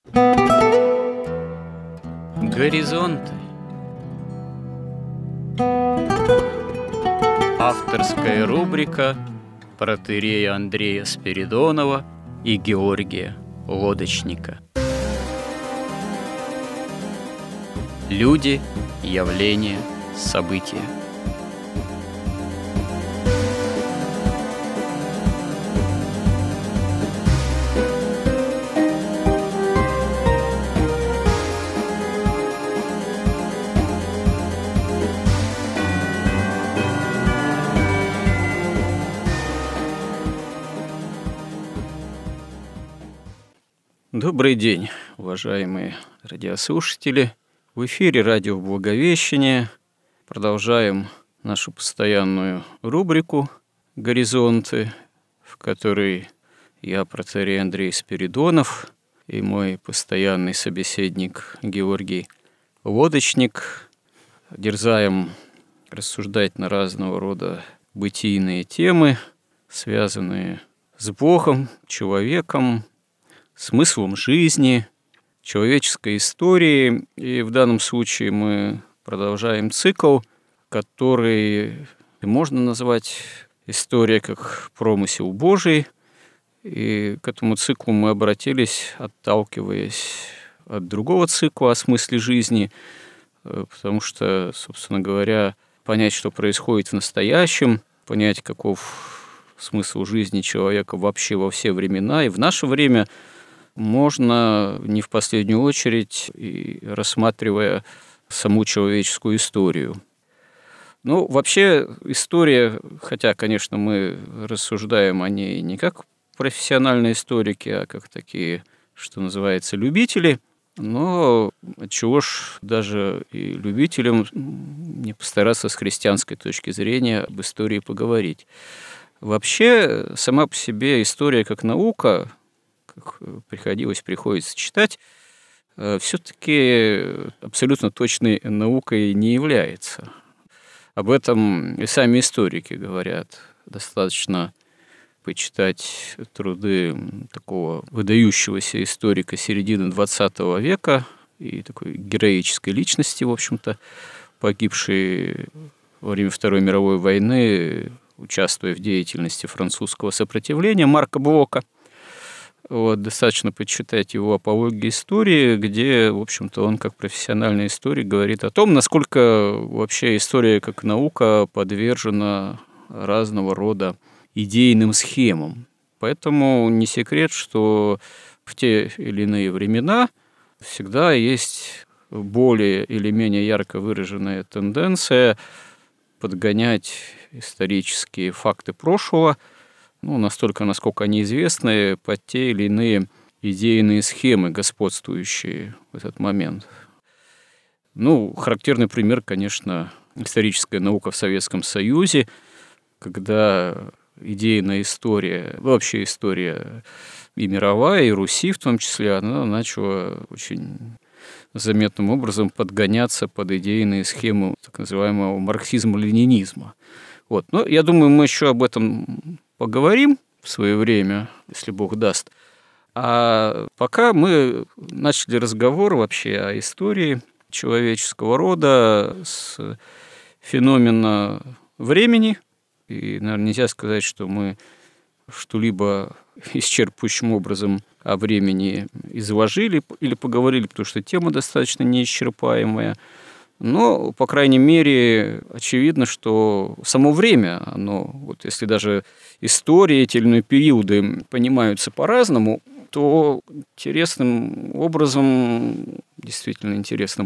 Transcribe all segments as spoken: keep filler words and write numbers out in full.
Горизонты. Авторская рубрика протоиерея Андрея Спиридонова и Георгия Лодочника. Люди, явления, события. Добрый день, уважаемые радиослушатели. В эфире радио Благовещение. Продолжаем нашу постоянную рубрику «Горизонты», в которой я, протоиерей Андрей Спиридонов, и мой постоянный собеседник Георгий Лодочник дерзаем рассуждать на разного рода бытийные темы, связанные с Богом, человеком, смыслом жизни, человеческой истории. И в данном случае мы продолжаем цикл, который можно назвать «История как промысел Божий». И к этому циклу мы обратились, отталкиваясь от другого цикла о смысле жизни, потому что, собственно говоря, понять, что происходит в настоящем, понять, каков смысл жизни человека вообще во все времена и в наше время – можно не в последнюю очередь и рассматривая саму человеческую историю. Ну, вообще история, хотя, конечно, мы рассуждаем о ней не как профессиональные историки, а как такие, что называется, любители, но отчего ж даже и любителям не постараться с христианской точки зрения об истории поговорить. Вообще, сама по себе история как наука, как приходилось, приходится читать, все-таки абсолютно точной наукой не является. Об этом и сами историки говорят. Достаточно почитать труды такого выдающегося историка середины двадцатого века и такой героической личности, в общем-то, погибшей во время Второй мировой войны, участвуя в деятельности французского сопротивления, Марка Блока. Вот, достаточно почитать его «Апологию истории», где, в общем-то, он как профессиональный историк говорит о том, насколько вообще история как наука подвержена разного рода идейным схемам. Поэтому не секрет, что в те или иные времена всегда есть более или менее ярко выраженная тенденция подгонять исторические факты прошлого, ну, настолько, насколько они известны, под те или иные идейные схемы, господствующие в этот момент. Ну, характерный пример, конечно, историческая наука в Советском Союзе, когда идейная история, вообще история и мировая, и Руси в том числе, она начала очень заметным образом подгоняться под идейные схемы так называемого марксизма-ленинизма. Вот. Но я думаю, мы еще об этом поговорим в свое время, если Бог даст. А пока мы начали разговор вообще о истории человеческого рода с феномена времени. И, наверное, нельзя сказать, что мы что-либо исчерпывающим образом о времени изложили или поговорили, потому что тема достаточно неисчерпаемая. Но, по крайней мере, очевидно, что само время, оно, вот если даже истории, те или иные периоды понимаются по-разному, то интересным образом, действительно интересным,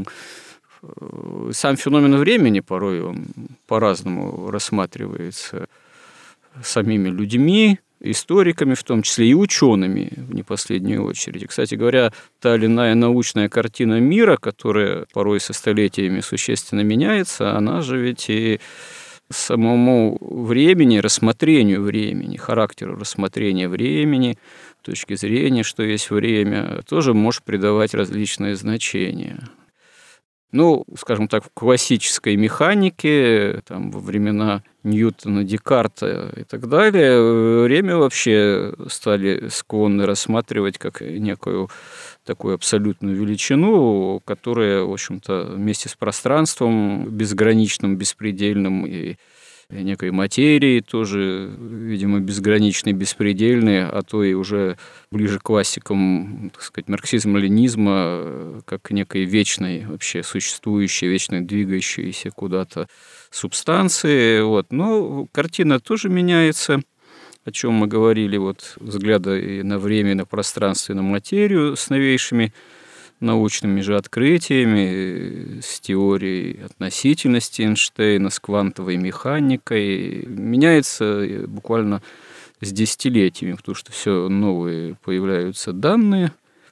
сам феномен времени порой он по-разному рассматривается самими людьми, историками, в том числе и учеными в непоследнюю очередь. Кстати говоря, та или иная научная картина мира, которая порой со столетиями существенно меняется, она же ведь и самому времени, рассмотрению времени, характеру рассмотрения времени, точки зрения, что есть время, тоже может придавать различные значения. Ну, скажем так, в классической механике, там, во времена Ньютона, Декарта и так далее, время вообще стали склонны рассматривать как некую такую абсолютную величину, которая, в общем-то, вместе с пространством безграничным, беспредельным и некой материи тоже, видимо, безграничной, беспредельной, а то и уже ближе к классикам, так сказать, марксизма-ленинизма, как к некой вечной, вообще существующей, вечно двигающейся куда-то субстанции. Вот. Но картина тоже меняется, о чем мы говорили, вот, взгляда и на время, и на пространство, и на материю с новейшими научными же открытиями, с теорией относительности Эйнштейна, с квантовой механикой. Меняется буквально с десятилетиями, потому что все новые появляются данные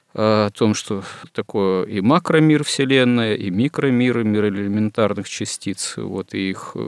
о том, что такое и макромир Вселенная, и микромир, мир элементарных частиц, вот, и их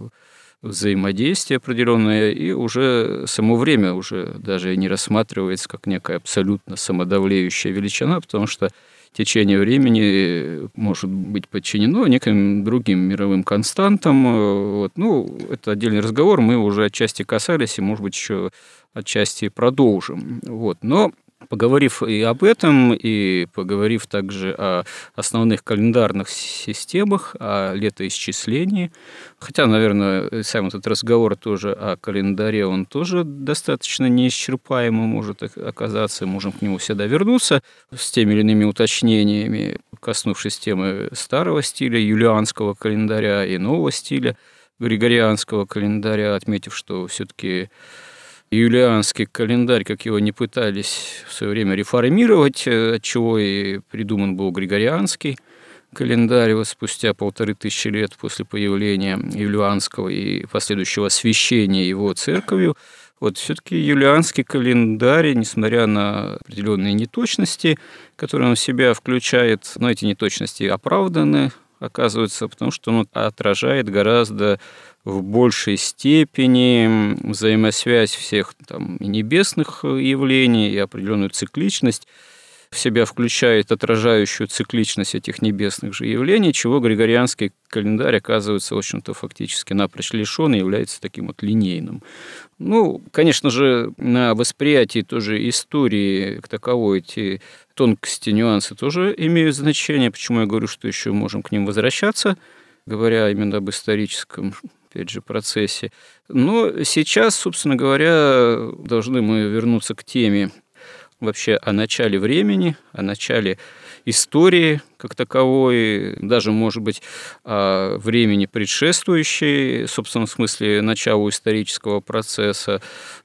взаимодействие определенное, и уже само время уже даже не рассматривается как некая абсолютно самодовлеющая величина, потому что течение времени может быть подчинено неким другим мировым константам. Вот. Ну, это отдельный разговор, мы уже отчасти касались, и, может быть, еще отчасти продолжим. Вот. Но поговорив и об этом, и поговорив также о основных календарных системах, о летоисчислении, хотя, наверное, сам этот разговор тоже о календаре, он тоже достаточно неисчерпаемым может оказаться, можем к нему всегда вернуться с теми или иными уточнениями, коснувшись темы старого стиля, юлианского календаря, и нового стиля, григорианского календаря, отметив, что все-таки юлианский календарь, как его не пытались в свое время реформировать, отчего и придуман был григорианский календарь вот спустя полторы тысячи лет после появления юлианского и последующего освящения его церковью. Вот все-таки юлианский календарь, несмотря на определенные неточности, которые он в себя включает, но эти неточности оправданы, оказывается, потому что он отражает гораздо в большей степени взаимосвязь всех там и небесных явлений, и определенную цикличность, в себя включает отражающую цикличность этих небесных же явлений, чего григорианский календарь оказывается, в общем-то, фактически напрочь лишен и является таким вот линейным. Ну, конечно же, на восприятии тоже истории как таковой эти тонкости, нюансы тоже имеют значение. Почему я говорю, что еще можем к ним возвращаться, говоря именно об историческом, опять же, процессе. Но сейчас, собственно говоря, должны мы вернуться к теме вообще о начале времени, о начале истории как таковой, даже, может быть, о времени предшествующей, в собственном смысле, началу исторического процесса,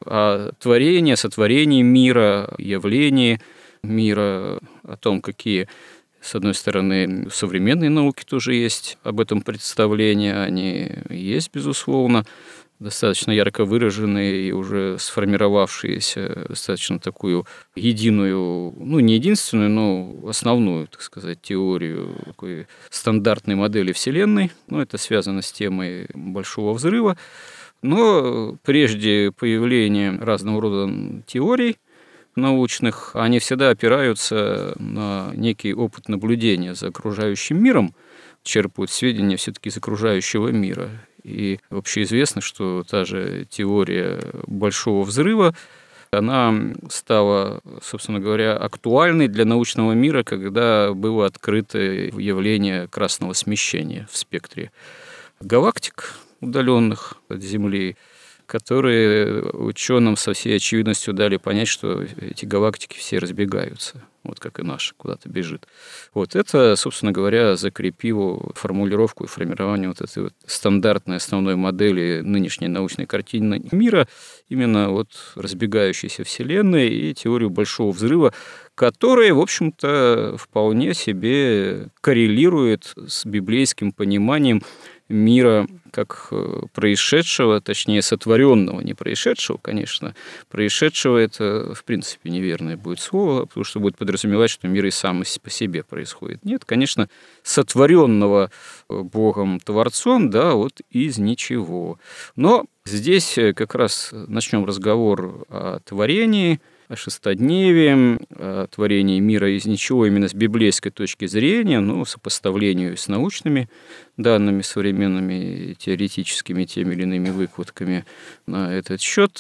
о творении, о сотворении мира, явлении мира, о том, какие, с одной стороны, в современной науке тоже есть об этом представления, они есть, безусловно, достаточно ярко выраженные и уже сформировавшиеся достаточно такую единую, ну, не единственную, но основную, так сказать, теорию такой стандартной модели Вселенной. Ну, это связано с темой Большого взрыва. Но прежде появления разного рода теорий научных, они всегда опираются на некий опыт наблюдения за окружающим миром, черпают сведения все-таки из окружающего мира. И общеизвестно, что та же теория Большого взрыва, она стала, собственно говоря, актуальной для научного мира, когда было открыто явление красного смещения в спектре галактик, удаленных от Земли, которые ученым со всей очевидностью дали понять, что эти галактики все разбегаются, вот как и наша, куда-то бежит. Вот это, собственно говоря, закрепило формулировку и формирование вот этой вот стандартной основной модели нынешней научной картины мира, именно вот разбегающейся Вселенной и теорию Большого взрыва, которая, в общем-то, вполне себе коррелирует с библейским пониманием мира как происшедшего, точнее, сотворенного, не происшедшего, конечно. Происшедшего – это, в принципе, неверное будет слово, потому что будет подразумевать, что мир и сам по себе происходит. Нет, конечно, сотворенного Богом-творцом, да, вот из ничего. Но здесь как раз начнем разговор о творении, о шестодневии, о творении мира из ничего именно с библейской точки зрения, ну, сопоставлению с научными данными современными, теоретическими теми или иными выкладками на этот счет.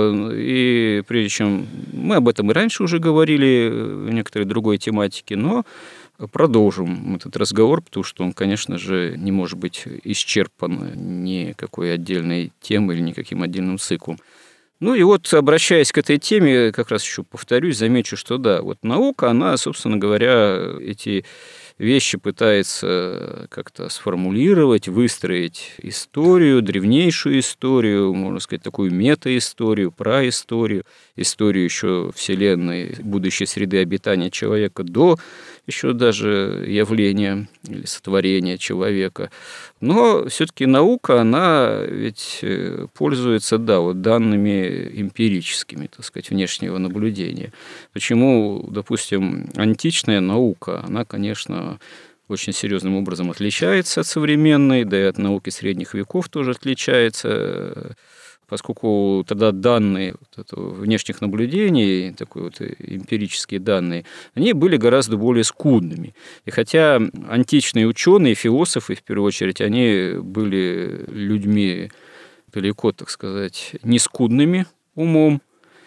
И прежде чем... Мы об этом и раньше уже говорили в некоторой другой тематике, но продолжим этот разговор, потому что он, конечно же, не может быть исчерпан никакой отдельной темой или никаким отдельным циклом. Ну и вот, обращаясь к этой теме, как раз еще повторюсь, замечу, что да, вот наука, она, собственно говоря, эти вещи пытается как-то сформулировать, выстроить историю, древнейшую историю, можно сказать, такую метаисторию, праисторию, историю еще Вселенной, будущей среды обитания человека до еще даже явления или сотворения человека. Но все-таки наука, она ведь пользуется, да, вот данными эмпирическими, так сказать, внешнего наблюдения. Почему, допустим, античная наука, она, конечно, очень серьезным образом отличается от современной, да и от науки средних веков тоже отличается, поскольку тогда данные вот внешних наблюдений, такой вот эмпирические данные, они были гораздо более скудными. И хотя античные ученые, философы, в первую очередь, они были людьми далеко, так сказать, не скудными умом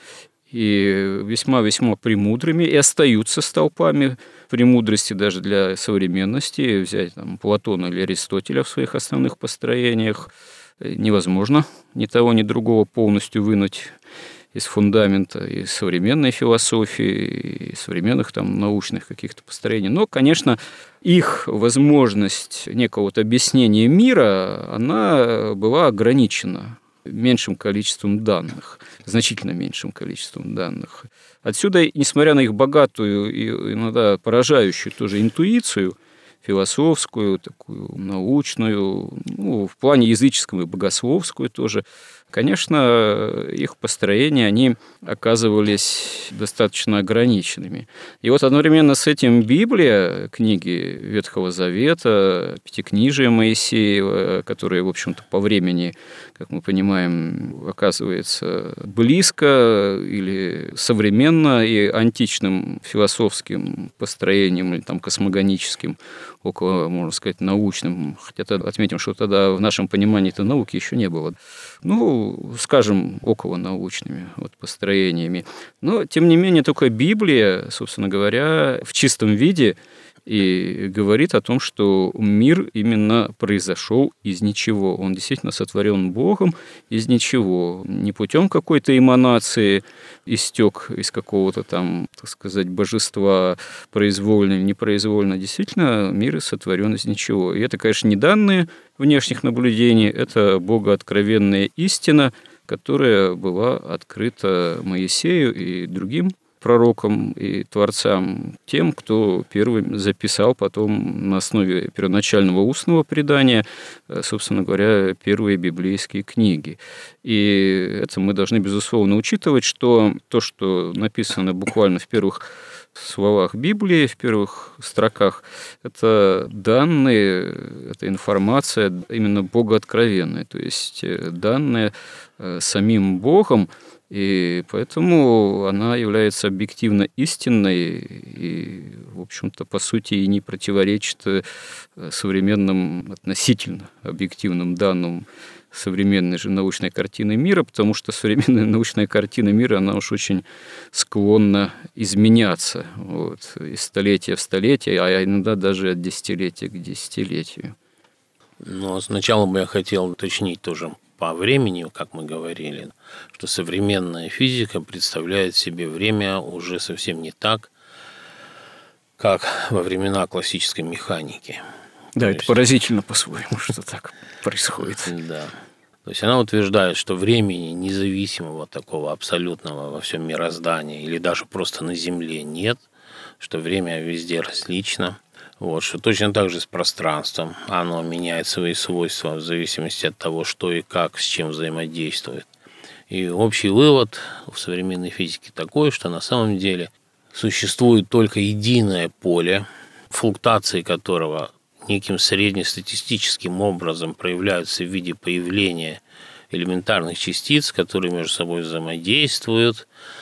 и весьма-весьма премудрыми, и остаются столпами премудрости даже для современности. Взять там Платона или Аристотеля в своих основных построениях невозможно ни того, ни другого полностью вынуть из фундамента и современной философии, и современных там научных каких-то построений. Но, конечно, их возможность некого вот объяснения мира, она была ограничена меньшим количеством данных, значительно меньшим количеством данных. Отсюда, несмотря на их богатую и иногда поражающую тоже интуицию, философскую, такую научную, ну, в плане языческом и богословскую тоже, конечно, их построения, они оказывались достаточно ограниченными. И вот одновременно с этим Библия, книги Ветхого Завета, Пятикнижие Моисеева, которые, в общем-то, по времени, как мы понимаем, оказывается близко или современно и античным философским построением или там космогоническим, около, можно сказать, научным, хотя отметим, что тогда в нашем понимании этой науки еще не было. Ну, скажем, околонаучными вот, построениями. Но, тем не менее, только Библия, собственно говоря, в чистом виде и говорит о том, что мир именно произошел из ничего. Он действительно сотворен Богом из ничего. Не путем какой-то эманации истек из какого-то там, так сказать, божества произвольно или непроизвольно. Действительно, мир сотворен из ничего. И это, конечно, не данные внешних наблюдений, это богооткровенная истина, которая была открыта Моисею и другим пророкам и творцам, тем, кто первым записал потом на основе первоначального устного предания, собственно говоря, первые библейские книги. И это мы должны, безусловно, учитывать, что то, что написано буквально в первых словах Библии, в первых строках, это данные, это информация именно богооткровенная, то есть данные самим Богом, и поэтому она является объективно истинной и, в общем-то, по сути, и не противоречит современным относительно объективным данным современной же научной картины мира, потому что современная научная картина мира, она уж очень склонна изменяться вот, из столетия в столетие, а иногда даже от десятилетия к десятилетию. Но сначала бы я хотел уточнить тоже по времени, как мы говорили, что современная физика представляет себе время уже совсем не так, как во времена классической механики. Да, То это есть... поразительно по-своему, что так происходит. Да. То есть она утверждает, что времени независимого такого абсолютного во всем мироздании или даже просто на Земле нет, что время везде различно. Вот, что точно так же с пространством. Оно меняет свои свойства в зависимости от того, что и как, с чем взаимодействует. И общий вывод в современной физике такой, что на самом деле существует только единое поле, флуктуации которого неким среднестатистическим образом проявляются в виде появления элементарных частиц, которые между собой взаимодействуют,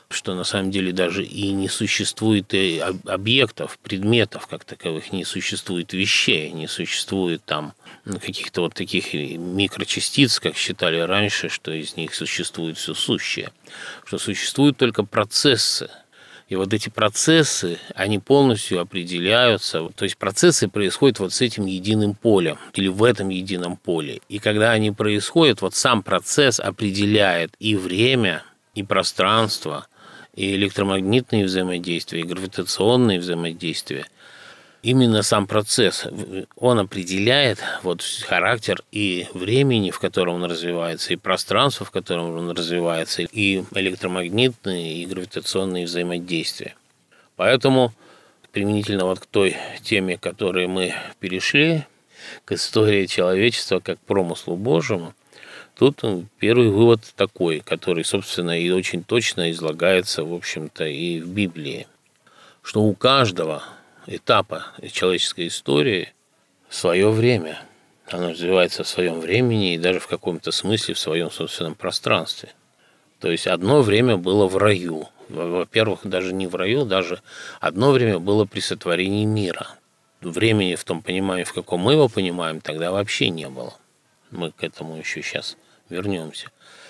что на самом деле даже и не существует и объектов, предметов как таковых, не существует вещей, не существует там каких-то вот таких микрочастиц, как считали раньше, что из них существует все сущее, что существуют только процессы. И вот эти процессы, они полностью определяются, то есть процессы происходят вот с этим единым полем или в этом едином поле. И когда они происходят, вот сам процесс определяет и время, и пространство, и электромагнитные взаимодействия, и гравитационные взаимодействия. Именно сам процесс, он определяет вот характер и времени, в котором он развивается, и пространство, в котором он развивается, и электромагнитные, и гравитационные взаимодействия. Поэтому применительно вот к той теме, к которой мы перешли, к истории человечества как к промыслу Божьему, тут первый вывод такой, который, собственно, и очень точно излагается, в общем-то, и в Библии, что у каждого этапа человеческой истории свое время. Оно развивается в своем времени и даже в каком-то смысле в своем собственном пространстве. То есть одно время было в раю. Во-первых, даже не в раю, даже одно время было при сотворении мира. Времени в том понимании, в каком мы его понимаем, тогда вообще не было. Мы к этому еще сейчас вернемся.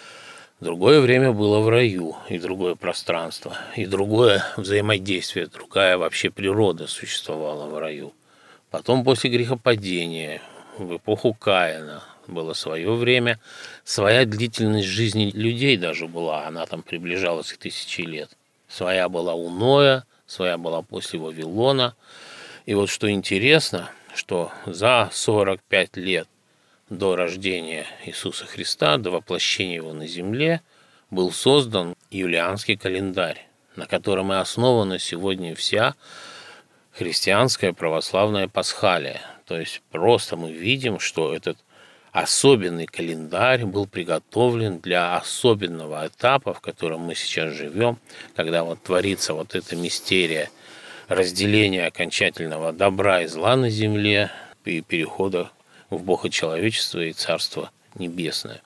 Другое время было в раю, и другое пространство, и другое взаимодействие, другая вообще природа существовала в раю. Потом, после грехопадения, в эпоху Каина, было свое время, своя длительность жизни людей даже была, она там приближалась к тысяче лет. Своя была у Ноя, своя была после Вавилона. И вот что интересно, что за сорок пять лет до рождения Иисуса Христа, до воплощения Его на земле, был создан юлианский календарь, на котором и основана сегодня вся христианская православная пасхалия. То есть просто мы видим, что этот особенный календарь был приготовлен для особенного этапа, в котором мы сейчас живем, когда вот творится вот эта мистерия разделения окончательного добра и зла на земле и перехода в Богочеловечество и Царство Небесное.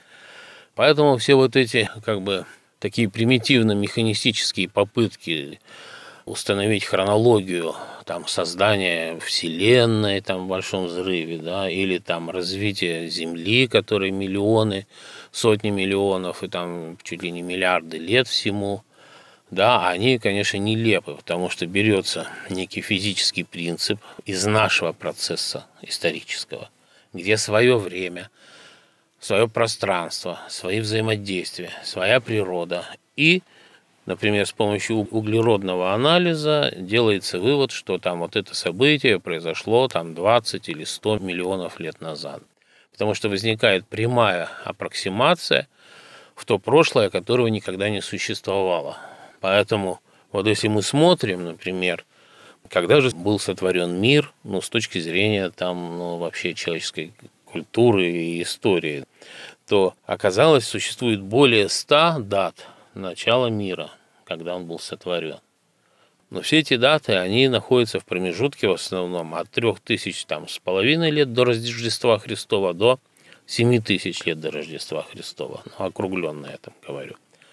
Поэтому все вот эти, как бы, такие примитивно-механистические попытки установить хронологию там, создания Вселенной там, в Большом взрыве, да, или там развития Земли, которой миллионы, сотни миллионов и там чуть ли не миллиарды лет всему, да, они, конечно, нелепы, потому что берется некий физический принцип из нашего процесса исторического, где свое время, свое пространство, свои взаимодействия, своя природа. И, например, с помощью углеродного анализа делается вывод, что там вот это событие произошло там двадцать или сто миллионов лет назад. Потому что возникает прямая аппроксимация в то прошлое, которого никогда не существовало. Поэтому вот если мы смотрим, например, когда же был сотворен мир, ну, с точки зрения там, ну, вообще человеческой культуры и истории, то оказалось, существует более ста дат начала мира, когда он был сотворен. Но все эти даты, они находятся в промежутке в основном от трех тысяч там, с половиной лет до Рождества Христова до семи тысяч лет до Рождества Христова. Ну, округленно я там говорю.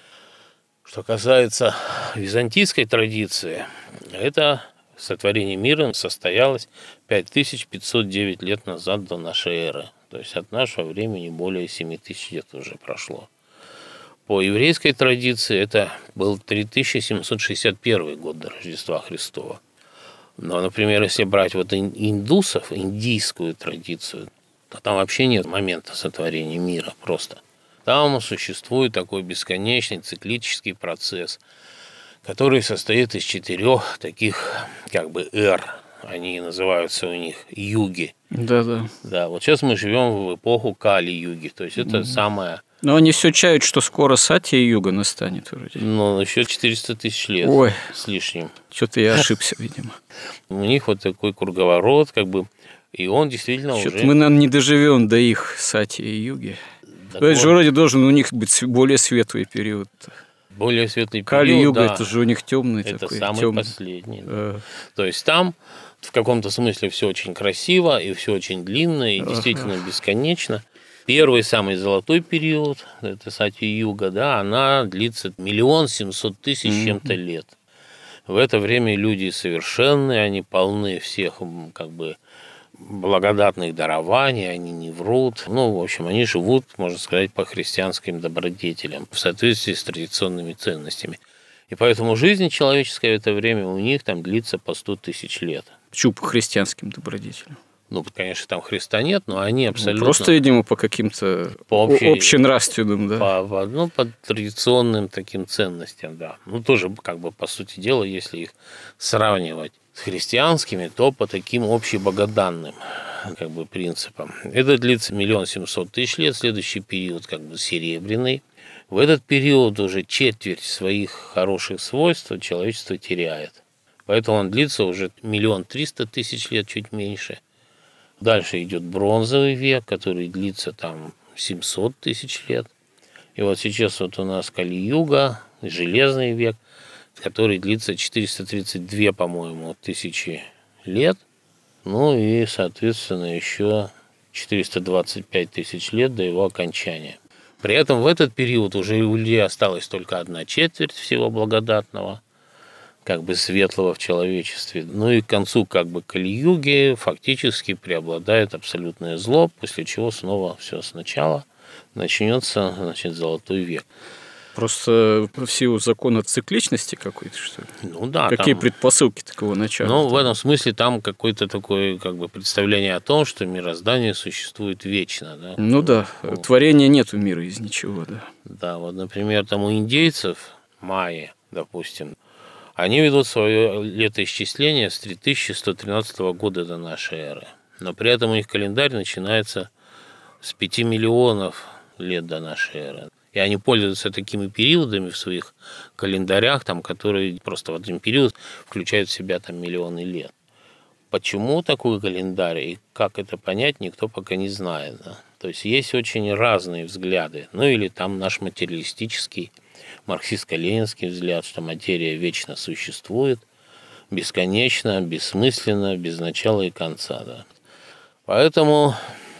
Что касается византийской традиции, это сотворение мира состоялось пять тысяч пятьсот девять лет назад до нашей эры. То есть от нашего времени более семи тысяч лет уже прошло. По еврейской традиции это был три тысячи семьсот шестьдесят первый год до Рождества Христова. Но, например, если брать вот индусов, индийскую традицию, то там вообще нет момента сотворения мира просто. Там существует такой бесконечный циклический процесс, который состоит из четырех таких как бы эр. Они называются у них юги. Да-да. Да, вот сейчас мы живем в эпоху Кали-юги, то есть это mm-hmm. самая... Но они все чают, что скоро Сатья-юга настанет вроде. Ну, еще четыреста тысяч лет Ой, с лишним. Что-то я ошибся, видимо. У них вот такой круговорот, как бы, и он действительно Что-то уже... мы, наверное, не доживем до их Сатьи-юги. Так То есть вот, же вроде должен у них быть более светлый период. более светлый период, Кали-юга, да, это же у них темный это такой. самый темный. последний. Да. А. То есть там в каком-то смысле все очень красиво и все очень длинно и действительно ага. бесконечно. Первый самый золотой период, это Сати-юга, да, она длится миллион семьсот тысяч mm-hmm. чем-то лет. В это время люди совершенны, они полны всех как бы благодатных дарований, они не врут. Ну, в общем, они живут, можно сказать, по христианским добродетелям, в соответствии с традиционными ценностями. И поэтому жизнь человеческая в это время у них там длится по сто тысяч лет. Почему по христианским добродетелям? Ну, конечно, там Христа нет, но они абсолютно... Ну, просто, видимо, по каким-то по общей... общенравственным, да? По, по, ну, по традиционным таким ценностям, да. Ну, тоже, как бы, по сути дела, если их сравнивать с христианскими, то по таким общебогоданным как бы принципам. Это длится миллион семьсот тысяч лет, следующий период как бы серебряный. В этот период уже четверть своих хороших свойств человечество теряет. Поэтому он длится уже миллион триста тысяч лет, чуть меньше. Дальше идет бронзовый век, который длится там семьсот тысяч лет. И вот сейчас вот у нас Кали-юга, железный век, который длится четыреста тридцать два, по-моему, тысячи лет. Ну и, соответственно, еще четыреста двадцать пять тысяч лет до его окончания. При этом в этот период уже у людей осталась только одна четверть всего благодатного, как бы светлого в человечестве. Ну и к концу как бы Кали-юги фактически преобладает абсолютное зло, после чего снова все сначала начнется, значит, золотой век. Просто в силу закона цикличности какой-то, что ли? Ну да. Какие там, предпосылки такого начала? Ну, в этом смысле там какое-то такое как бы представление о том, что мироздание существует вечно. Да? Ну да, ну, творения нету мира из ничего, да. Да, вот, например, там у индейцев, майя, допустим, они ведут свое летоисчисление с три тысячи сто тринадцатого года до нашей эры. Но при этом их календарь начинается с пяти миллионов лет до нашей эры. И они пользуются такими периодами в своих календарях, там, которые просто в один период включают в себя там, миллионы лет. Почему такой календарь и как это понять, никто пока не знает. Да? То есть есть очень разные взгляды. Ну или там наш материалистический, марксистско-ленинский взгляд, что материя вечно существует, бесконечно, бессмысленно, без начала и конца. Да? Поэтому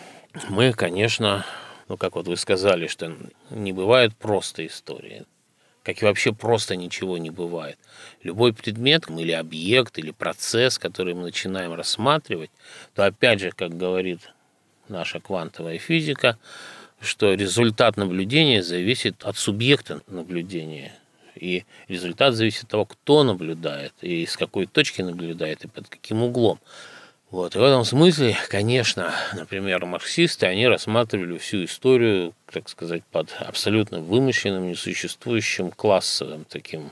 мы, конечно... Ну, как вот вы сказали, что не бывает просто истории, как и вообще просто ничего не бывает. Любой предмет или объект, или процесс, который мы начинаем рассматривать, то опять же, как говорит наша квантовая физика, что результат наблюдения зависит от субъекта наблюдения. И результат зависит от того, кто наблюдает, и с какой точки наблюдает, и под каким углом. Вот. И в этом смысле, конечно, например, марксисты, они рассматривали всю историю, так сказать, под абсолютно вымышленным, несуществующим классовым таким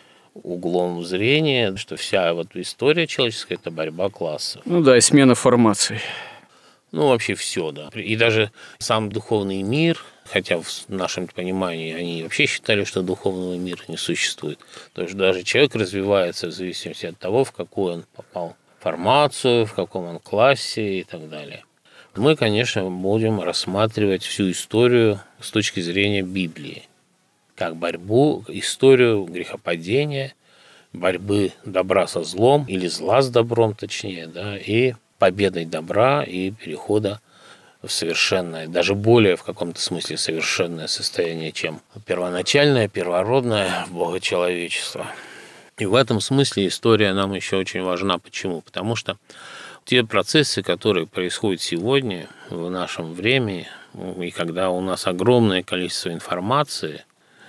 углом зрения, что вся вот история человеческая – это борьба классов. Ну да, и смена формаций. Ну, вообще все, да. И даже сам духовный мир, хотя в нашем понимании они вообще считали, что духовного мира не существует. То есть даже человек развивается в зависимости от того, в какой он попал формацию, в каком он классе и так далее. Мы, конечно, будем рассматривать всю историю с точки зрения Библии, как борьбу, историю грехопадения, борьбы добра со злом, или зла с добром, точнее, да, и победой добра и перехода в совершенное, даже более в каком-то смысле совершенное состояние, чем первоначальное, первородное богочеловечество. И в этом смысле история нам еще очень важна. Почему? Потому что те процессы, которые происходят сегодня, в нашем времени, и когда у нас огромное количество информации,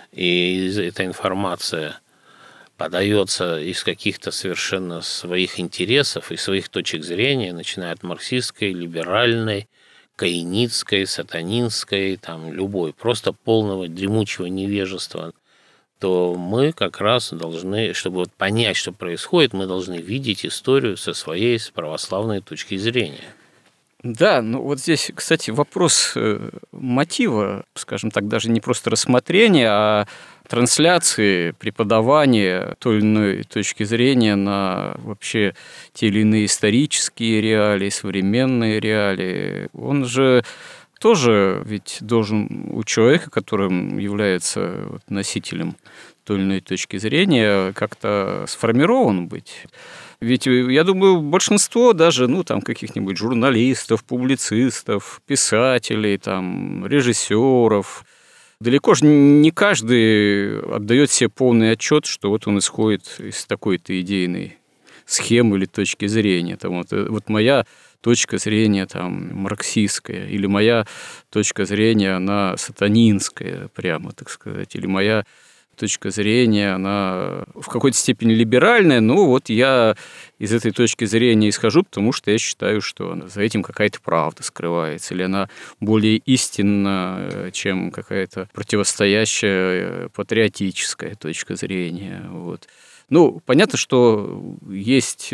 и эта информация подается из каких-то совершенно своих интересов и своих точек зрения, начиная от марксистской, либеральной, каинитской, сатанинской, там, любой, просто полного дремучего невежества, то мы как раз должны, чтобы вот понять, что происходит, мы должны видеть историю со своей православной точки зрения. Да, ну вот здесь, кстати, вопрос мотива, скажем так, даже не просто рассмотрения, а трансляции, преподавания той или иной точки зрения на вообще те или иные исторические реалии, современные реалии. Он же тоже ведь должен у человека, которым является носителем той или иной точки зрения, как-то сформирован быть. Ведь, я думаю, большинство даже, ну, там, каких-нибудь журналистов, публицистов, писателей, там, режиссеров, далеко же не каждый отдает себе полный отчет, что вот он исходит из такой-то идейной схемы или точки зрения. Там, вот, вот моя точка зрения там марксистская, или моя точка зрения, она сатанинская, прямо, так сказать, или моя точка зрения, она в какой-то степени либеральная, но вот я из этой точки зрения исхожу, потому что я считаю, что за этим какая-то правда скрывается, или она более истинна, чем какая-то противостоящая патриотическая точка зрения. Вот. Ну, понятно, что есть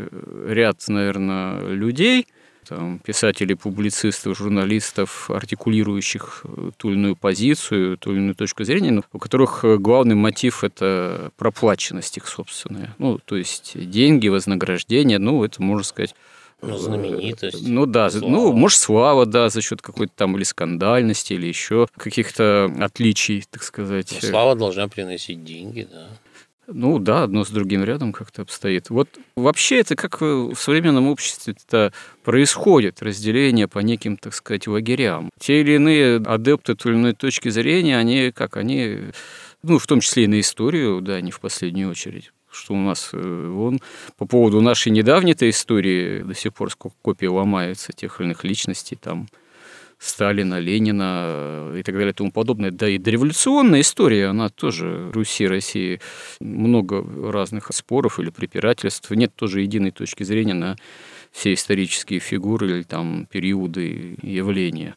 ряд, наверное, людей, там, писателей, публицистов, журналистов, артикулирующих ту или иную позицию, ту или иную точку зрения, но у которых главный мотив – это проплаченность их собственная. Ну, то есть деньги, вознаграждение, ну, это, можно сказать… Ну, знаменитость. Ну, да, слава. ну, может, слава, да, за счет какой-то там или скандальности, или еще каких-то отличий, так сказать. Но слава должна приносить деньги, да. Ну да, одно с другим рядом как-то обстоит. Вот вообще это как в современном обществе это происходит, разделение по неким, так сказать, лагерям. Те или иные адепты той или иной точки зрения, они как, они, ну, в том числе и на историю, да, не в последнюю очередь. Что у нас, вон, по поводу нашей недавней-то истории до сих пор сколько копий ломаются тех или иных личностей, там, Сталина, Ленина и так далее и тому подобное. Да и дореволюционная история, она тоже Руси, России, много разных споров или препирательств. Нет тоже единой точки зрения на все исторические фигуры или там периоды явления.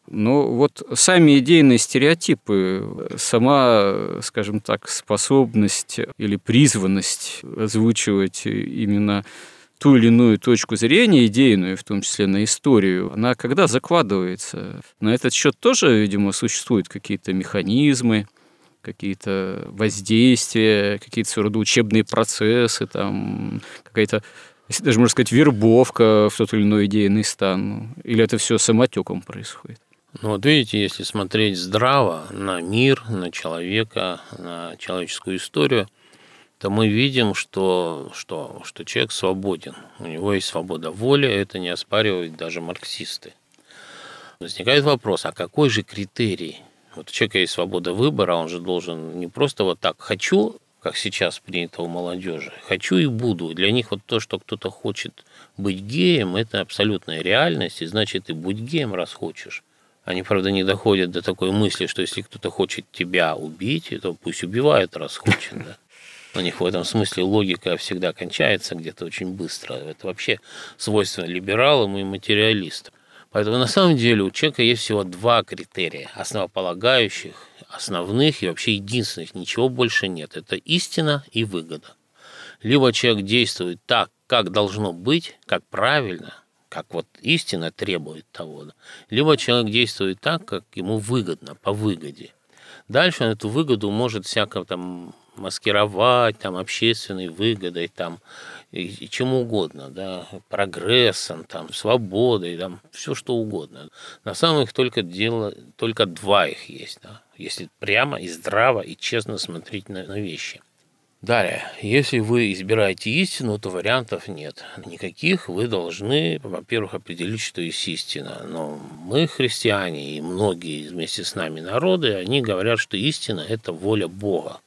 Но вот сами идейные стереотипы, сама, скажем так, способность или призванность озвучивать именно ту или иную точку зрения, идейную, в том числе на историю, она когда закладывается? На этот счет тоже, видимо, существуют какие-то механизмы, какие-то воздействия, какие-то своего рода учебные процессы, там, какая-то, если даже можно сказать, вербовка в тот или иной идейный стан. Или это все самотеком происходит? Ну, вот видите, если смотреть здраво на мир, на человека, на человеческую историю, то мы видим, что, что, что человек свободен. У него есть свобода воли, это не оспаривают даже марксисты. Возникает вопрос, а какой же критерий? Вот у человека есть свобода выбора, он же должен не просто вот так «хочу», как сейчас принято у молодежи, «хочу и буду». Для них вот то, что кто-то хочет быть геем, это абсолютная реальность, и значит, и будь геем, раз хочешь. Они, правда, не доходят до такой мысли, что если кто-то хочет тебя убить, то пусть убивает, раз хочет, да. У них в этом смысле логика всегда кончается где-то очень быстро. Это вообще свойственно либералам и материалистам. Поэтому на самом деле у человека есть всего два критерия, основополагающих, основных и вообще единственных. Ничего больше нет. Это истина и выгода. Либо человек действует так, как должно быть, как правильно, как вот истина требует того, либо человек действует так, как ему выгодно, по выгоде. Дальше он эту выгоду может всяко там маскировать там общественной выгодой, там и, и чем угодно, да, прогрессом, там, свободой, там, все что угодно. На самом деле только дело, только два их есть, да, если прямо и здраво и честно смотреть на, на вещи. Далее, если вы избираете истину, то вариантов нет. Никаких. Вы должны, во-первых, определить, что есть истина. Но мы, христиане, и многие вместе с нами народы, они говорят, что истина – это воля Бога.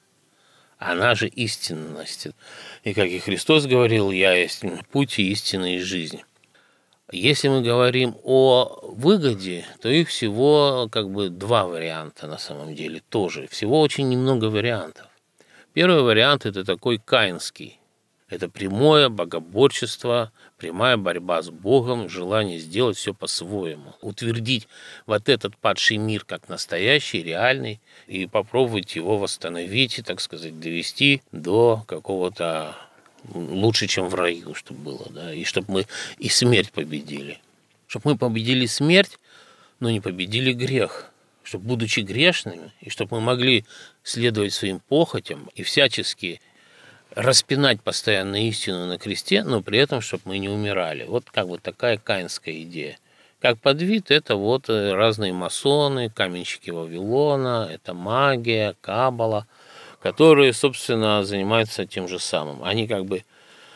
Она же истинность. И как и Христос говорил, «Я есть путь и истина и жизнь». Если мы говорим о выгоде, то их всего как бы два варианта на самом деле тоже. Всего очень немного вариантов. Первый вариант – это такой каинский. Это прямое богоборчество, прямая борьба с Богом, желание сделать все по-своему. Утвердить вот этот падший мир как настоящий, реальный, и попробовать его восстановить, и, так сказать, довести до какого-то лучше, чем в раю, чтобы было, да, и чтобы мы и смерть победили. Чтобы мы победили смерть, но не победили грех. Чтобы, будучи грешными, и чтобы мы могли следовать своим похотям и всячески распинать постоянно истину на кресте, но при этом, чтобы мы не умирали. Вот как бы такая каинская идея. Как подвид, это вот разные масоны, каменщики Вавилона, это магия, каббала, которые, собственно, занимаются тем же самым. Они как бы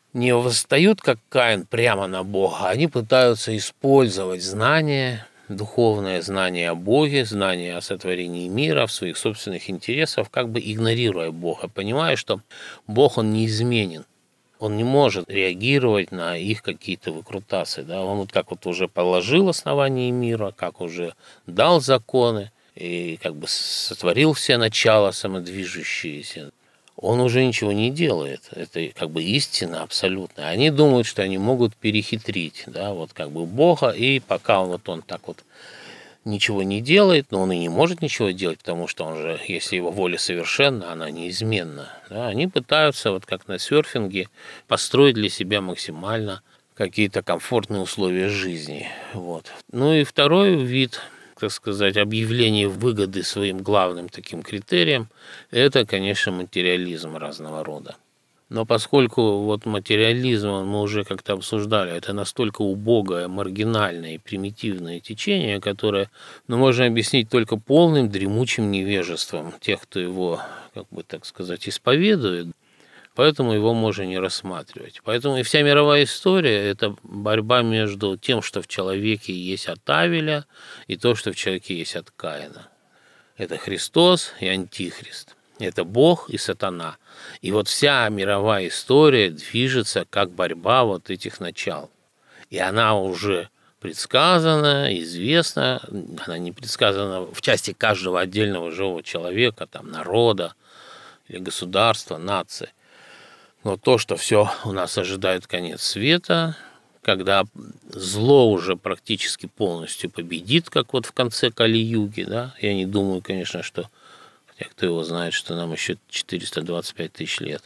не восстают, как Каин, прямо на Бога, они пытаются использовать знания, духовное знание о Боге, знание о сотворении мира в своих собственных интересах, как бы игнорируя Бога, понимая, что Бог, Он неизменен. Он не может реагировать на их какие-то выкрутасы. Да? Он вот как вот уже положил основание мира, как уже дал законы и как бы сотворил все начала самодвижущиеся. Он уже ничего не делает. Это как бы истина абсолютная. Они думают, что они могут перехитрить, да, вот как бы Бога, и пока он вот он так вот ничего не делает, но он и не может ничего делать, потому что он же, если его воля совершенна, она неизменна. Да, они пытаются, вот как на серфинге, построить для себя максимально какие-то комфортные условия жизни. Вот. Ну и второй вид, так сказать, объявление выгоды своим главным таким критерием, это, конечно, материализм разного рода. Но поскольку вот материализм, мы уже как-то обсуждали, это настолько убогое, маргинальное и примитивное течение, которое, ну, можно объяснить только полным дремучим невежеством тех, кто его, как бы так сказать, исповедует, поэтому его можно не рассматривать. Поэтому и вся мировая история – это борьба между тем, что в человеке есть от Авеля, и то, что в человеке есть от Каина. Это Христос и Антихрист. Это Бог и сатана. И вот вся мировая история движется как борьба вот этих начал. И она уже предсказана, известна, она не предсказана в части каждого отдельного живого человека, там, народа или государства, нации. Но то, что все у нас ожидает конец света, когда зло уже практически полностью победит, как вот в конце Кали-юги, да, я не думаю, конечно, что кто его знает, что нам еще четыреста двадцать пять тысяч лет.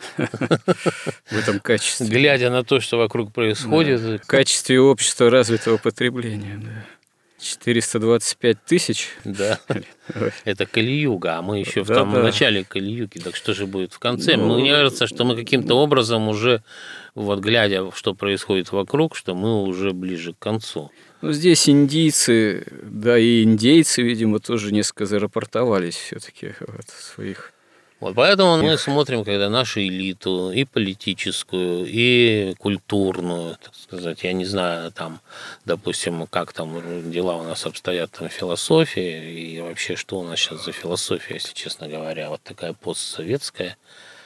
В этом качестве. Глядя на то, что вокруг происходит. Да. В качестве общества развитого потребления. Да. четыреста двадцать пять тысяч. Да. Это Кали-юга, а мы еще в да, самом да. начале Кали-юги. Так что же будет в конце? Ну, Мне кажется, что мы каким-то образом уже, вот глядя, что происходит вокруг, что мы уже ближе к концу. Ну, здесь индийцы, да и индейцы, видимо, тоже несколько зарапортовались все-таки вот, своих. Вот поэтому мы смотрим, когда нашу элиту, и политическую, и культурную, так сказать, я не знаю, там, допустим, как там дела у нас обстоят там, в философии, и вообще, что у нас сейчас за философия, если честно говоря, вот такая постсоветская.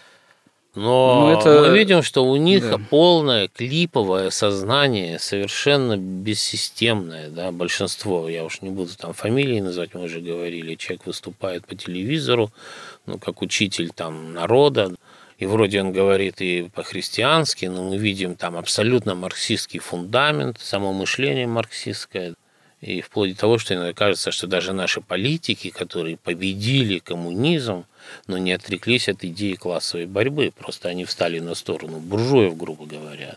Но ну, это... мы видим, что у них да. полное клиповое сознание, совершенно бессистемное, да, большинство, я уж не буду там фамилии называть, мы уже говорили, человек выступает по телевизору, ну, как учитель там народа, и вроде он говорит и по-христиански, но мы видим там абсолютно марксистский фундамент, само мышление марксистское, и вплоть до того, что иногда кажется, что даже наши политики, которые победили коммунизм, но не отреклись от идеи классовой борьбы, просто они встали на сторону буржуев, грубо говоря.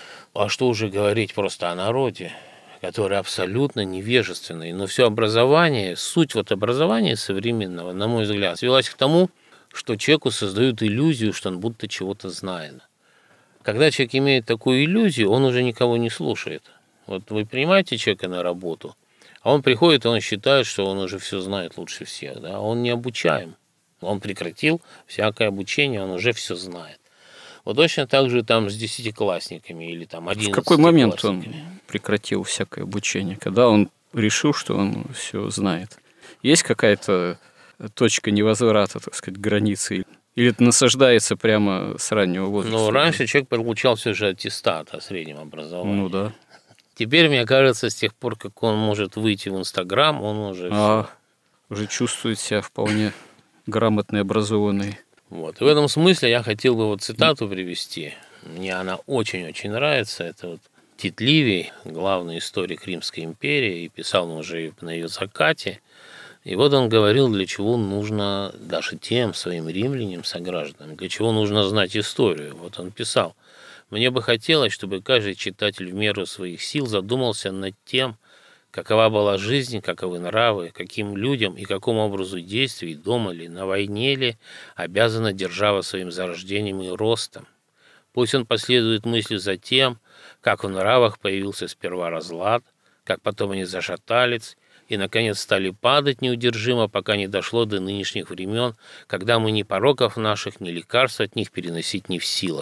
А что уже говорить просто о народе, который абсолютно невежественный. Но все образование, суть вот образования современного, на мой взгляд, свелась к тому, что человеку создают иллюзию, что он будто чего-то знает. Когда человек имеет такую иллюзию, он уже никого не слушает. Вот вы принимаете человека на работу, а он приходит, и он считает, что он уже все знает лучше всех. Да? Он не обучаем. Он прекратил всякое обучение, он уже все знает. Вот точно так же там с десятиклассниками или там одиннадцатиклассниками. В какой момент он прекратил всякое обучение? Когда он решил, что он все знает? Есть какая-то точка невозврата, так сказать, границы? Или это насаждается прямо с раннего возраста? Ну, раньше человек получал все же аттестат о среднем образовании. Ну да. Теперь, мне кажется, с тех пор, как он может выйти в Инстаграм, он уже а, уже чувствует себя вполне грамотный, образованный. Вот. И в этом смысле я хотел бы вот цитату привести. Мне она очень-очень нравится. Это вот Тит Ливий, главный историк Римской империи, и писал он уже на ее закате. И вот он говорил, для чего нужно даже тем своим римлянам, согражданам, для чего нужно знать историю. Вот он писал: «Мне бы хотелось, чтобы каждый читатель в меру своих сил задумался над тем, какова была жизнь, каковы нравы, каким людям и какому образу действий, дома ли, на войне ли, обязана держава своим зарождением и ростом. Пусть он последует мыслью за тем, как в нравах появился сперва разлад, как потом они зашатались и, наконец, стали падать неудержимо, пока не дошло до нынешних времен, когда мы ни пороков наших, ни лекарств от них переносить не в силах.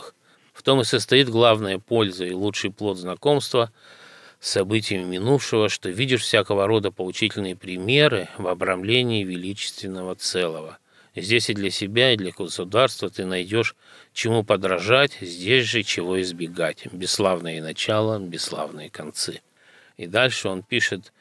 В том и состоит главная польза и лучший плод знакомства с событиями минувшего, что видишь всякого рода поучительные примеры в обрамлении величественного целого. Здесь и для себя, и для государства ты найдешь, чему подражать, здесь же чего избегать. Бесславные начала, бесславные концы. И дальше он пишет: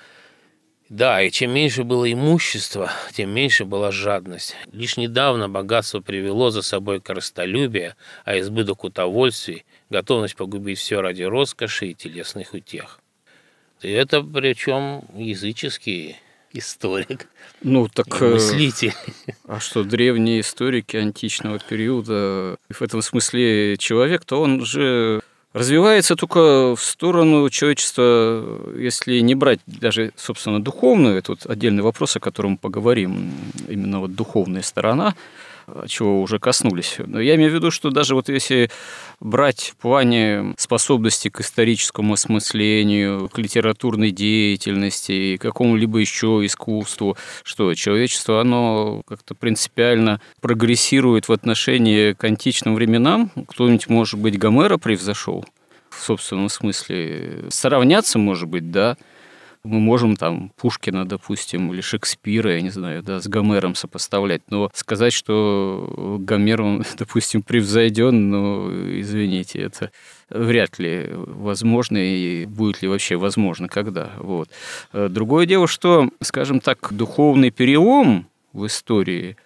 да, и чем меньше было имущества, тем меньше была жадность. Лишь недавно богатство привело за собой корыстолюбие, а избыток удовольствий – готовность погубить все ради роскоши и телесных утех. И это причем языческий историк, ну, так, мыслитель. А что, древние историки античного периода, в этом смысле человек-то он же развивается только в сторону человечества, если не брать даже, собственно, духовную, это вот отдельный вопрос, о котором мы поговорим, именно вот духовная сторона, чего уже коснулись. Но я имею в виду, что даже вот если брать в плане способности к историческому осмыслению, к литературной деятельности и какому-либо еще искусству, что человечество, оно как-то принципиально прогрессирует в отношении к античным временам. Кто-нибудь, может быть, Гомера превзошел в собственном смысле. Сравняться, может быть, да. Мы можем там Пушкина, допустим, или Шекспира, я не знаю, да, с Гомером сопоставлять, но сказать, что Гомер, он, допустим, превзойден, ну, извините, это вряд ли возможно, и будет ли вообще возможно, когда. Вот. Другое дело, что, скажем так, духовный перелом в истории,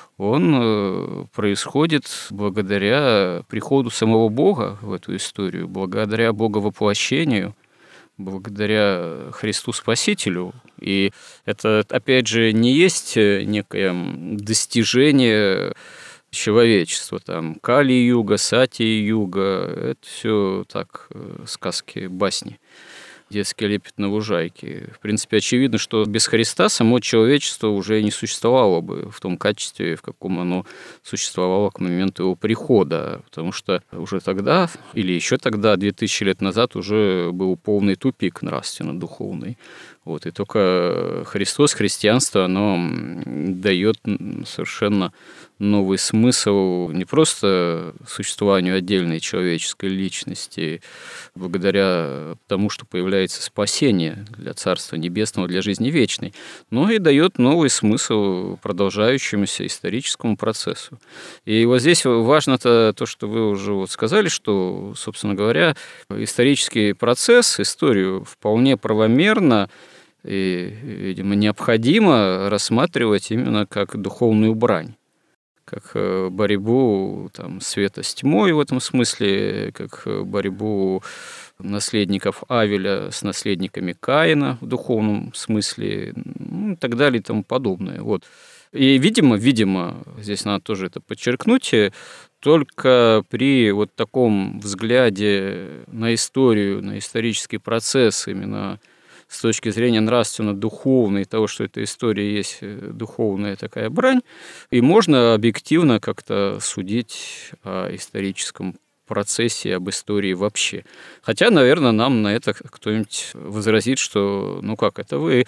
он происходит благодаря приходу самого Бога в эту историю, благодаря Боговоплощению, благодаря Христу Спасителю. И это, опять же, не есть некое достижение человечества. Там Кали-юга, Сати-юга – это все так, сказки, басни, детские лепет на лужайке. В принципе, очевидно, что без Христа само человечество уже не существовало бы в том качестве, в каком оно существовало к моменту его прихода, потому что уже тогда, или еще тогда, две тысячи лет назад, уже был полный тупик нравственно-духовный. Вот, и только Христос, христианство, оно дает совершенно новый смысл не просто существованию отдельной человеческой личности, благодаря тому, что появляется спасение для Царства Небесного, для жизни вечной, но и дает новый смысл продолжающемуся историческому процессу. И вот здесь важно-то то, что вы уже вот сказали, что, собственно говоря, исторический процесс, историю вполне правомерно и, видимо, необходимо рассматривать именно как духовную брань, как борьбу там, света с тьмой в этом смысле, как борьбу наследников Авеля с наследниками Каина в духовном смысле, ну, и так далее и тому подобное. Вот. И, видимо, видимо, здесь надо тоже это подчеркнуть, только при вот таком взгляде на историю, на исторический процесс, именно с точки зрения нравственно-духовной, того, что эта история есть духовная такая брань, и можно объективно как-то судить о историческом процессе, об истории вообще. Хотя, наверное, нам на это кто-нибудь возразит, что, ну как, это вы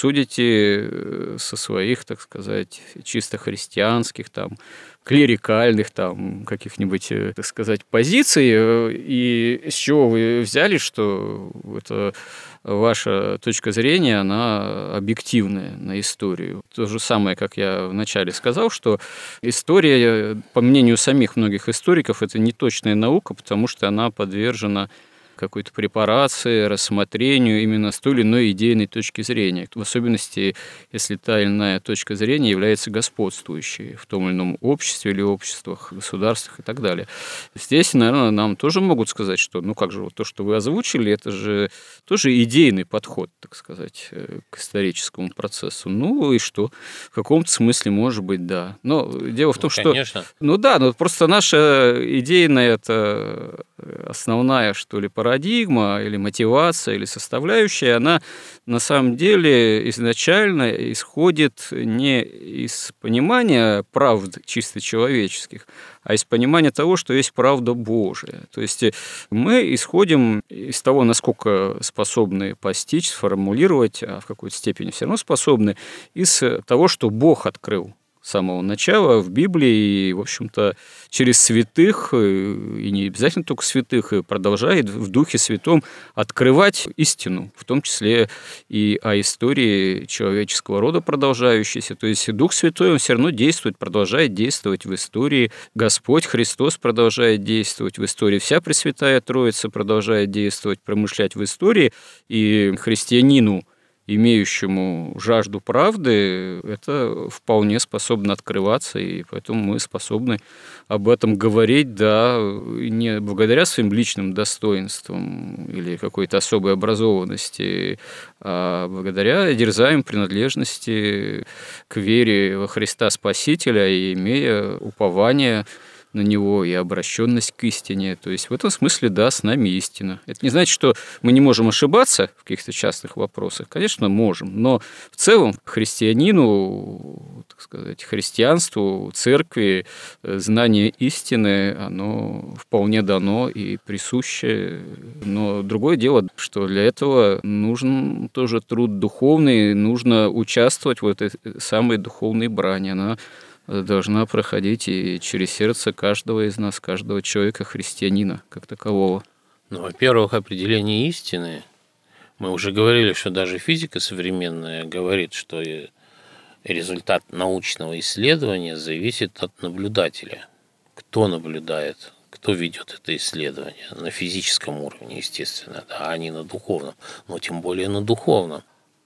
судите со своих, так сказать, чисто христианских, там, клерикальных, там, каких-нибудь, так сказать, позиций, и с чего вы взяли, что это ваша точка зрения, она объективная на историю. То же самое, как я вначале сказал, что история, по мнению самих многих историков, это не точная наука, потому что она подвержена какой-то препарации, рассмотрению именно с той или иной идейной точки зрения. В особенности, если та или иная точка зрения является господствующей в том или ином обществе или обществах, государствах и так далее. Здесь, наверное, нам тоже могут сказать, что, ну как же, вот то, что вы озвучили, это же тоже идейный подход, так сказать, к историческому процессу. Ну и что? В каком-то смысле, может быть, да. Но дело в том, ну, конечно. что... Ну да, но просто наша идейная, это основная, что ли, парадигма или мотивация, или составляющая, она на самом деле изначально исходит не из понимания правд чисто человеческих, а из понимания того, что есть правда Божия. То есть мы исходим из того, насколько способны постичь, сформулировать, а в какой-то степени все равно способны, из того, что Бог открыл с самого начала в Библии, и, в общем-то, через святых, и не обязательно только святых, и продолжает в Духе Святом открывать истину, в том числе и о истории человеческого рода продолжающейся. То есть Дух Святой, он все равно действует, продолжает действовать в истории. Господь Христос продолжает действовать в истории. Вся Пресвятая Троица продолжает действовать, промышлять в истории. И христианину, имеющему жажду правды, это вполне способно открываться, и поэтому мы способны об этом говорить, да, не благодаря своим личным достоинствам или какой-то особой образованности, а благодаря дерзаем принадлежности к вере во Христа Спасителя и имея упование на Него и обращенность к истине. То есть в этом смысле, да, с нами истина. Это не значит, что мы не можем ошибаться в каких-то частных вопросах. Конечно, можем, но в целом христианину, так сказать, христианству, церкви, знание истины, оно вполне дано и присуще. Но другое дело, что для этого нужен тоже труд духовный, нужно участвовать в этой самой духовной брани. Она должна проходить и через сердце каждого из нас, каждого человека, христианина, как такового. Ну, во-первых, определение истины. Мы уже говорили, что даже физика современная говорит, что результат научного исследования зависит от наблюдателя. Кто наблюдает, кто ведет это исследование на физическом уровне, естественно, да, а не на духовном, но тем более на духовном.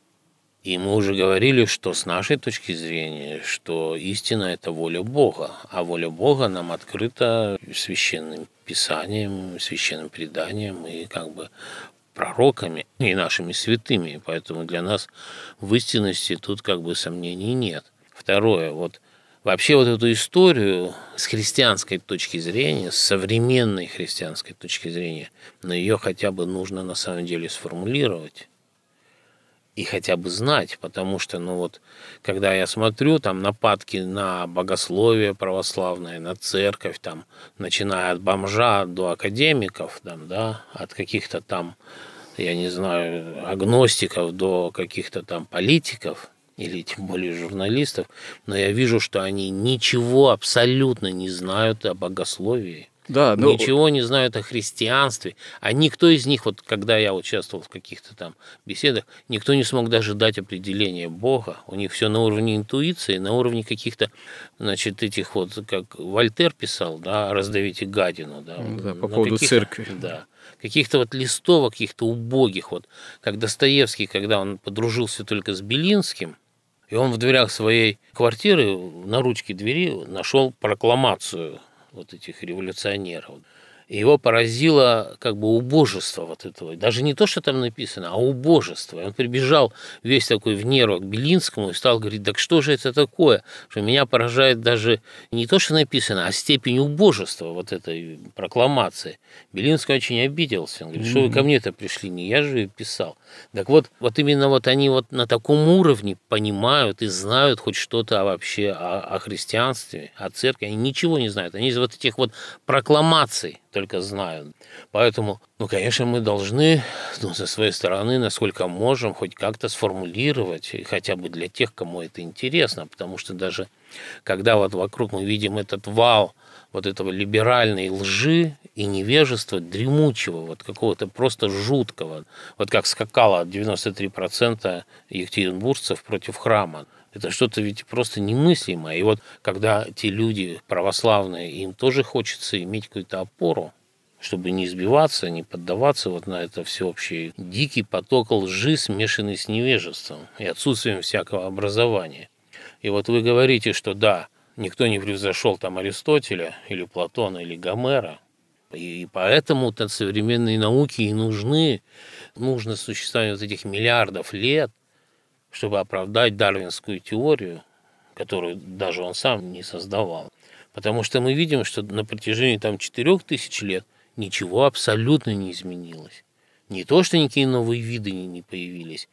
И мы уже говорили, что с нашей точки зрения, что истина – это воля Бога, а воля Бога нам открыта священным писанием, священным преданием и как бы пророками и нашими святыми. Поэтому для нас в истинности тут как бы сомнений нет. Второе, вот вообще вот эту историю с христианской точки зрения, с современной христианской точки зрения, но ее хотя бы нужно на самом деле сформулировать. И хотя бы знать, потому что, ну вот, когда я смотрю там нападки на богословие православное, на церковь, там, начиная от бомжа до академиков, там, да, от каких-то там, я не знаю, агностиков до каких-то там политиков, или тем более журналистов, но я вижу, что они ничего абсолютно не знают о богословии. Да, но... Ничего не знают о христианстве. А никто из них, вот когда я участвовал в каких-то там беседах, никто не смог даже дать определение Бога. У них все на уровне интуиции, на уровне каких-то, значит, этих вот, как Вольтер писал, да, раздавите гадину. Да, да, по поводу церкви. Да, каких-то вот листовок, каких-то убогих. Вот, как Достоевский, когда он подружился только с Белинским, и он в дверях своей квартиры на ручке двери нашел прокламацию вот этих революционеров. И его поразило как бы убожество вот этого. Даже не то, что там написано, а убожество. И он прибежал весь такой в нервах к Белинскому и стал говорить, так что же это такое? Что меня поражает даже не то, что написано, а степень убожества вот этой прокламации. Белинский очень обиделся. Он говорит, что вы ко мне-то пришли, не я же ее писал. Так вот, вот именно вот они вот на таком уровне понимают и знают хоть что-то вообще о, о христианстве, о церкви. Они ничего не знают. Они из вот этих вот прокламаций только знают. Поэтому, ну, конечно, мы должны, ну, со своей стороны, насколько можем, хоть как-то сформулировать, хотя бы для тех, кому это интересно, потому что даже когда вот вокруг мы видим этот вал вот этого либеральной лжи и невежества, дремучего, вот какого-то просто жуткого, вот как скакало девяносто три процента екатеринбуржцев против храма. Это что-то ведь просто немыслимое. И вот когда те люди православные, им тоже хочется иметь какую-то опору, чтобы не сбиваться, не поддаваться вот на это всеобщий дикий поток лжи, смешанный с невежеством и отсутствием всякого образования. И вот вы говорите, что да, никто не превзошел там Аристотеля или Платона или Гомера, и поэтому-то современные науки и нужны, нужно существование вот этих миллиардов лет, чтобы оправдать дарвинскую теорию, которую даже он сам не создавал. Потому что мы видим, что на протяжении там четырех тысяч лет ничего абсолютно не изменилось. Не то, что никакие новые виды не появились,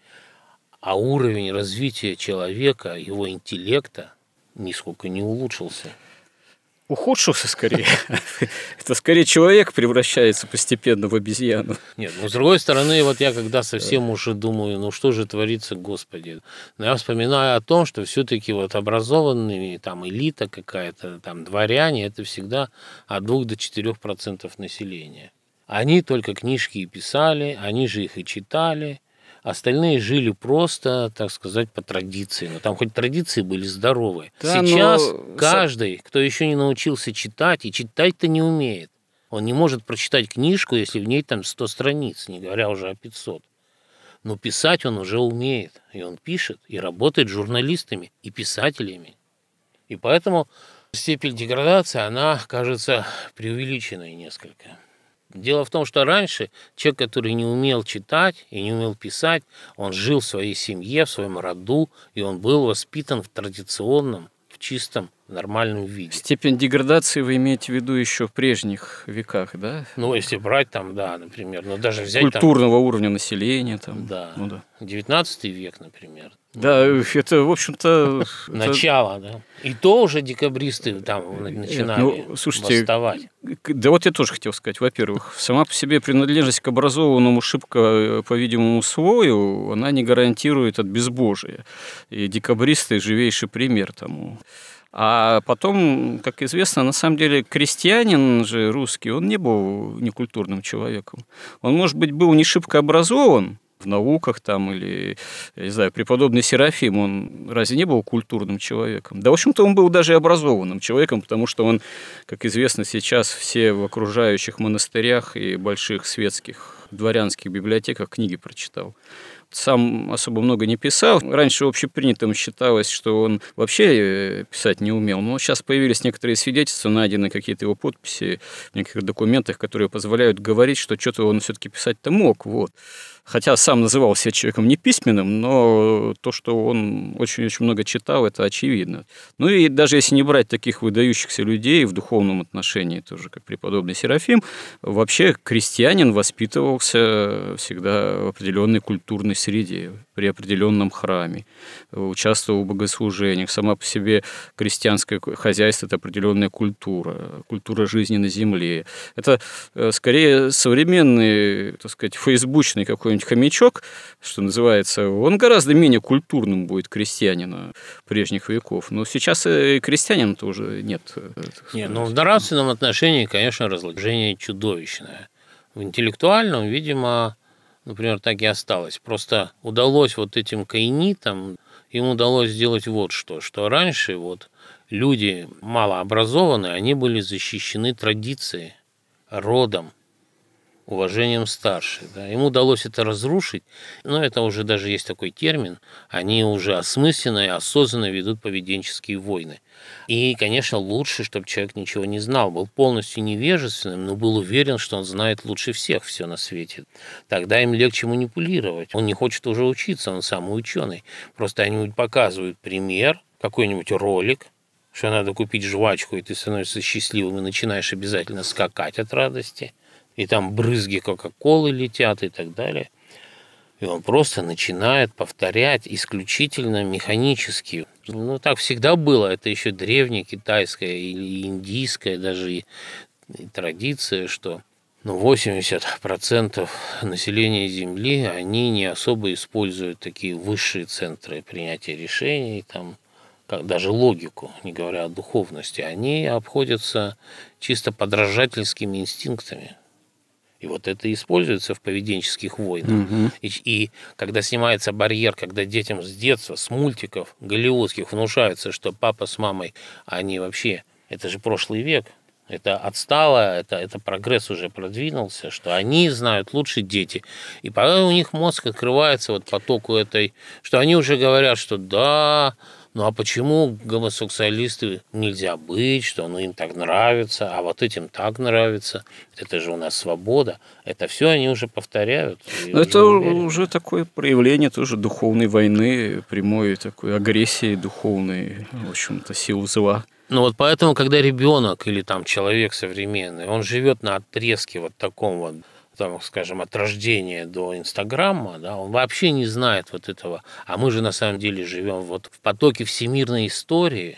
а уровень развития человека, его интеллекта нисколько не улучшился. ухудшился скорее. Это скорее человек превращается постепенно в обезьяну. Нет, но с другой стороны, вот я когда совсем уже думаю, ну что же творится, Господи. Но я вспоминаю о том, что все-таки вот образованные, там элита какая-то, там дворяне, это всегда от двух до четырех процентов населения. Они только книжки и писали, они же их и читали. Остальные жили просто, так сказать, по традиции. Но там хоть традиции были здоровые. Да, Сейчас но... каждый, кто еще не научился читать, и читать-то не умеет, он не может прочитать книжку, если в ней там сто страниц, не говоря уже о пятьсот. Но писать он уже умеет. И он пишет, и работает с журналистами, и писателями. И поэтому степень деградации, она кажется преувеличенной несколько. Дело в том, что раньше человек, который не умел читать и не умел писать, он жил в своей семье, в своем роду, и он был воспитан в традиционном, в чистом, нормальном виде. Степень деградации вы имеете в виду еще в прежних веках, да? Ну, если брать там, да, например, ну даже взять культурного там, уровня населения. Там, да, ну, да. девятнадцатый век, например. Да, это, в общем-то... Начало, да. И то уже декабристы там начинали ну, слушайте, восставать. Да вот я тоже хотел сказать. Во-первых, сама по себе принадлежность к образованному шибко, по-видимому, слою, она не гарантирует от безбожия. И декабристы – живейший пример тому. А потом, как известно, на самом деле крестьянин же русский, он не был некультурным человеком. Он, может быть, был не шибко образован в науках там, или, я не знаю, преподобный Серафим, он разве не был культурным человеком? Да, в общем-то, он был даже образованным человеком, потому что он, как известно, сейчас все в окружающих монастырях и больших светских дворянских библиотеках книги прочитал. Сам особо много не писал. Раньше общепринятым считалось, что он вообще писать не умел. Но сейчас появились некоторые свидетельства, найдены какие-то его подписи в некоторых документах, которые позволяют говорить, что что-то он все-таки писать-то мог. Вот. Хотя сам называл себя человеком неписьменным, но то, что он очень-очень много читал, это очевидно. Ну и даже если не брать таких выдающихся людей в духовном отношении, тоже как преподобный Серафим, вообще крестьянин воспитывался всегда в определенной культурной среде, при определенном храме, участвовал в богослужениях. Сама по себе крестьянское хозяйство – это определенная культура, культура жизни на земле. Это скорее современный, так сказать, фейсбучный какой-нибудь хомячок, что называется, он гораздо менее культурным будет крестьянина прежних веков. Но сейчас и крестьянина-то уже нет. Не, ну, в нравственном отношении, конечно, разложение чудовищное. В интеллектуальном, видимо, например, так и осталось. Просто удалось вот этим каинитам, им удалось сделать вот что, что раньше вот люди малообразованные, они были защищены традицией, родом, уважением старших. Да. Им удалось это разрушить, но это уже даже есть такой термин, они уже осмысленно и осознанно ведут поведенческие войны. И, конечно, лучше, чтобы человек ничего не знал, был полностью невежественным, но был уверен, что он знает лучше всех все на свете. Тогда им легче манипулировать. Он не хочет уже учиться, он самый ученый. Просто они показывают пример, какой-нибудь ролик, что надо купить жвачку, и ты становишься счастливым и начинаешь обязательно скакать от радости. И там брызги кока-колы летят и так далее. И он просто начинает повторять исключительно механически. Ну, так всегда было. Это еще древняя китайская или индийская даже и, и традиция, что ну, восемьдесят процентов населения Земли, они не особо используют такие высшие центры принятия решений, там, как даже логику, не говоря о духовности. Они обходятся чисто подражательскими инстинктами. И вот это используется в поведенческих войнах. Угу. И, и когда снимается барьер, когда детям с детства, с мультиков голливудских внушается, что папа с мамой, они вообще, это же прошлый век, это отстало, это, это прогресс уже продвинулся, что они знают лучше дети. И пока у них мозг открывается вот потоку этой, что они уже говорят, что да, ну а почему гомосексуалисты нельзя быть, что ну, им так нравится, а вот этим так нравится, это же у нас свобода. Это все они уже повторяют. Это уже, уже такое проявление тоже духовной войны, прямой такой агрессии духовной, в общем-то, сил зла. Ну вот поэтому, когда ребенок или там человек современный, он живет на отрезке вот таком вот, там, скажем, от рождения до Инстаграма, да, он вообще не знает вот этого. А мы же на самом деле живем вот в потоке всемирной истории.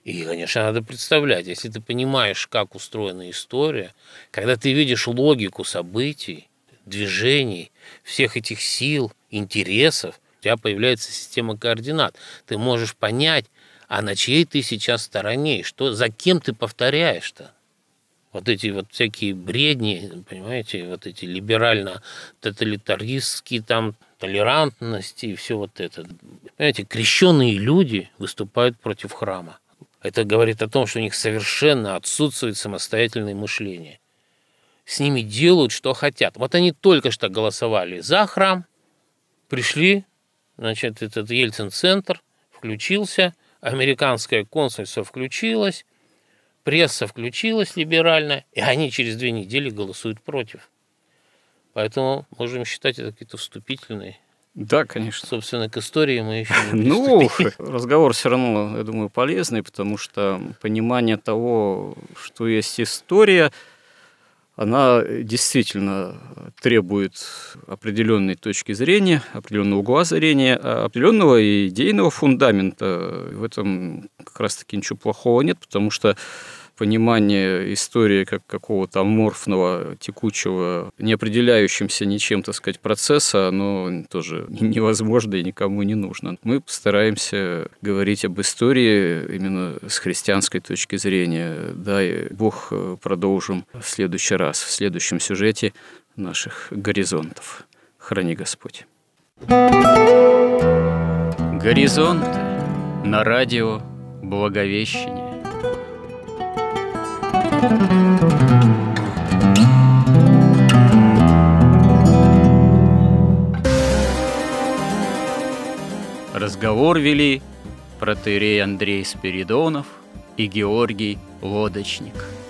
И, конечно, надо представлять, если ты понимаешь, как устроена история, когда ты видишь логику событий, движений, всех этих сил, интересов, у тебя появляется система координат. Ты можешь понять, а на чьей ты сейчас стороне, что, за кем ты повторяешь-то. Вот эти вот всякие бредни, понимаете, вот эти либерально-тоталитаристские там толерантности и все вот это. Понимаете, крещенные люди выступают против храма. Это говорит о том, что у них совершенно отсутствует самостоятельное мышление. С ними делают, что хотят. Вот они только что голосовали за храм, пришли, значит, этот Ельцин-центр включился, американское консульство включилось, пресса включилась либеральная, и они через две недели голосуют против. Поэтому можем считать это какие-то вступительные. Да, конечно. Собственно, к истории мы еще не Ну, разговор все равно, я думаю, полезный, потому что понимание того, что есть история, она действительно требует определенной точки зрения, определенного угла зрения, определенного идейного фундамента. В этом как раз-таки ничего плохого нет, потому что понимание истории как какого-то аморфного, текучего, не определяющимся ничем, так сказать, процесса, оно тоже невозможно и никому не нужно. Мы постараемся говорить об истории именно с христианской точки зрения. Дай Бог, продолжим в следующий раз, в следующем сюжете наших горизонтов. Храни Господь. Горизонты на радио Благовещение. Разговор вели протоиерей Андрей Спиридонов и Георгий Лодочник.